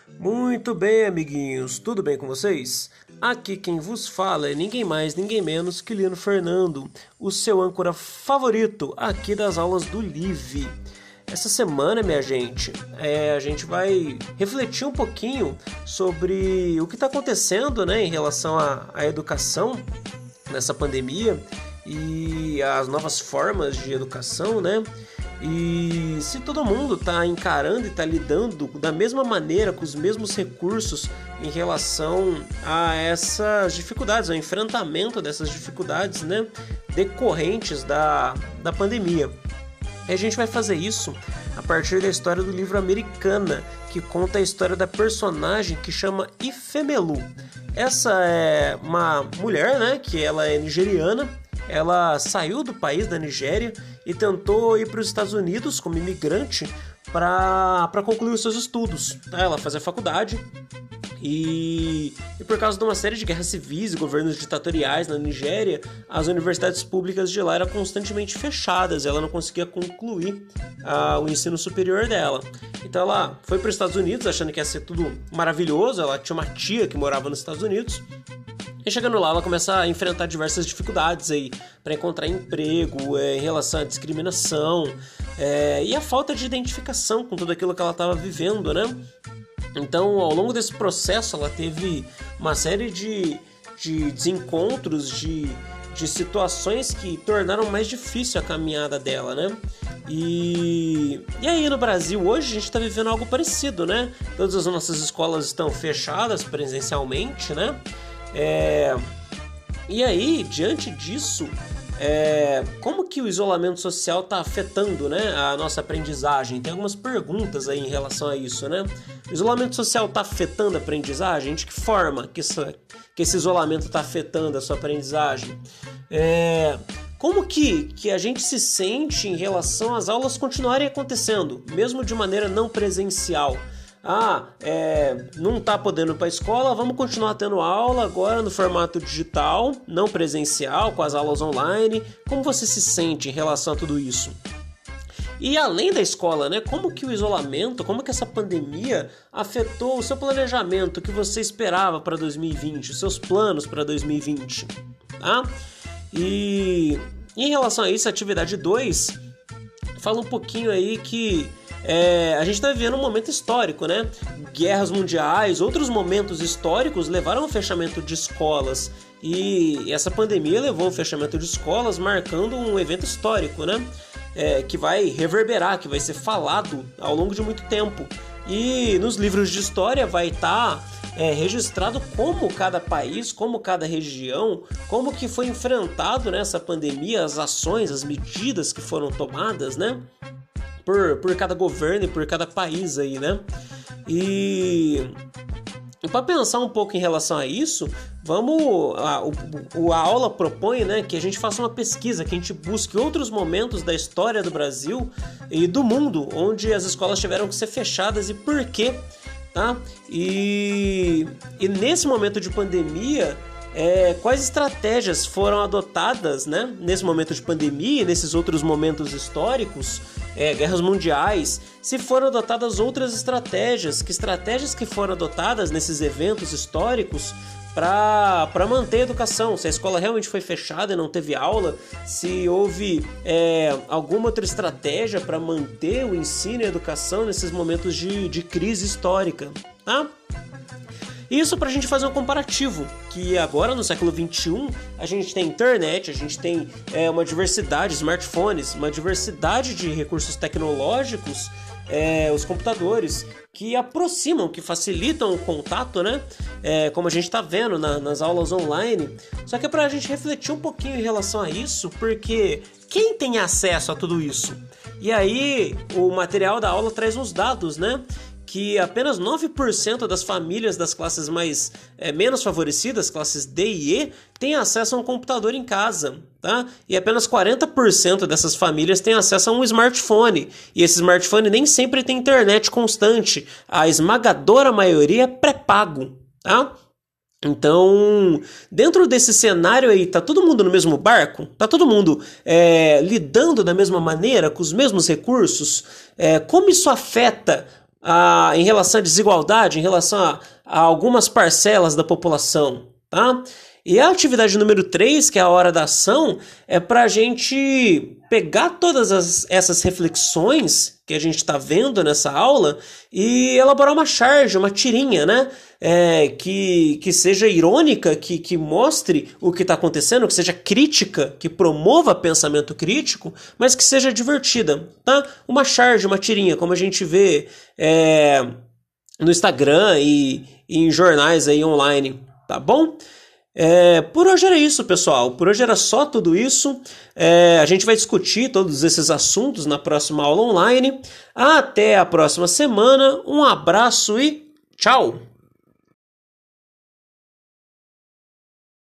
Muito bem, amiguinhos, tudo bem com vocês? Aqui quem vos fala é ninguém mais, ninguém menos que Lino Fernando, o seu âncora favorito aqui das aulas do Live. Essa semana, minha gente, a gente vai refletir um pouquinho sobre o que está acontecendo, né, em relação à educação nessa pandemia e as novas formas de educação, né? E se todo mundo está encarando e está lidando da mesma maneira, com os mesmos recursos em relação a essas dificuldades, ao enfrentamento dessas dificuldades, né, decorrentes da pandemia. E a gente vai fazer isso a partir da história do livro Americana, que conta a história da personagem que chama Ifemelu. Essa é uma mulher, né, que ela é nigeriana. Ela saiu do país da Nigéria e tentou ir para os Estados Unidos como imigrante para concluir os seus estudos. Ela fazia faculdade e por causa de uma série de guerras civis e governos ditatoriais na Nigéria, as universidades públicas de lá eram constantemente fechadas. Ela não conseguia concluir o ensino superior dela. Então ela foi para os Estados Unidos achando que ia ser tudo maravilhoso. Ela tinha uma tia que morava nos Estados Unidos. E chegando lá, ela começa a enfrentar diversas dificuldades aí para encontrar emprego, em relação à discriminação e a falta de identificação com tudo aquilo que ela estava vivendo, né? Então, ao longo desse processo, ela teve uma série de desencontros, de situações que tornaram mais difícil a caminhada dela, né? E aí no Brasil hoje a gente está vivendo algo parecido, né? Todas as nossas escolas estão fechadas presencialmente, né? E aí, diante disso, como que o isolamento social está afetando, né, a nossa aprendizagem? Tem algumas perguntas aí em relação a isso, né? O isolamento social está afetando a aprendizagem? De que forma que esse isolamento está afetando a sua aprendizagem? Como que a gente se sente em relação às aulas continuarem acontecendo, mesmo de maneira não presencial? Não tá podendo ir para a escola, vamos continuar tendo aula agora no formato digital, não presencial, com as aulas online. Como você se sente em relação a tudo isso? E além da escola, né, como que o isolamento, como que essa pandemia afetou o seu planejamento, o que você esperava para 2020, os seus planos para 2020, tá? E em relação a isso, a atividade 2 fala um pouquinho aí que a gente está vivendo um momento histórico, né? Guerras mundiais, outros momentos históricos levaram ao fechamento de escolas. E essa pandemia levou ao fechamento de escolas, marcando um evento histórico, né? Que vai reverberar, que vai ser falado ao longo de muito tempo. E nos livros de história vai estar registrado como cada país, como cada região, como que foi enfrentado nessa pandemia, as ações, as medidas que foram tomadas, né? Por cada governo e por cada país aí, né? E para pensar um pouco em relação a isso, a aula propõe, né, que a gente faça uma pesquisa, que a gente busque outros momentos da história do Brasil e do mundo onde as escolas tiveram que ser fechadas e por quê, tá? E nesse momento de pandemia, quais estratégias foram adotadas, né, nesse momento de pandemia e nesses outros momentos históricos, guerras mundiais, se foram adotadas outras estratégias, que foram adotadas nesses eventos históricos para manter a educação, se a escola realmente foi fechada e não teve aula, se houve alguma outra estratégia para manter o ensino e a educação nesses momentos de crise histórica, tá? Isso para a gente fazer um comparativo, que agora no século XXI a gente tem internet, a gente tem uma diversidade de smartphones, uma diversidade de recursos tecnológicos, os computadores, que aproximam, que facilitam o contato, né? Como a gente está vendo nas aulas online. Só que é para a gente refletir um pouquinho em relação a isso, porque quem tem acesso a tudo isso? E aí o material da aula traz uns dados, né? Que apenas 9% das famílias das classes menos favorecidas, classes D e E, têm acesso a um computador em casa, tá? E apenas 40% dessas famílias têm acesso a um smartphone. E esse smartphone nem sempre tem internet constante. A esmagadora maioria é pré-pago, tá? Então, dentro desse cenário aí, tá todo mundo no mesmo barco? Tá todo mundo lidando da mesma maneira, com os mesmos recursos? Como isso afeta em relação à desigualdade, em relação a algumas parcelas da população, tá? E a atividade número 3, que é a hora da ação, é para a gente pegar todas essas reflexões que a gente está vendo nessa aula e elaborar uma charge, uma tirinha, né? Que seja irônica, que mostre o que está acontecendo, que seja crítica, que promova pensamento crítico, mas que seja divertida, tá? Uma charge, uma tirinha, como a gente vê no Instagram e em jornais aí online, tá bom? Por hoje era isso, pessoal. Por hoje era só tudo isso. A gente vai discutir todos esses assuntos na próxima aula online. Até a próxima semana. Um abraço e tchau!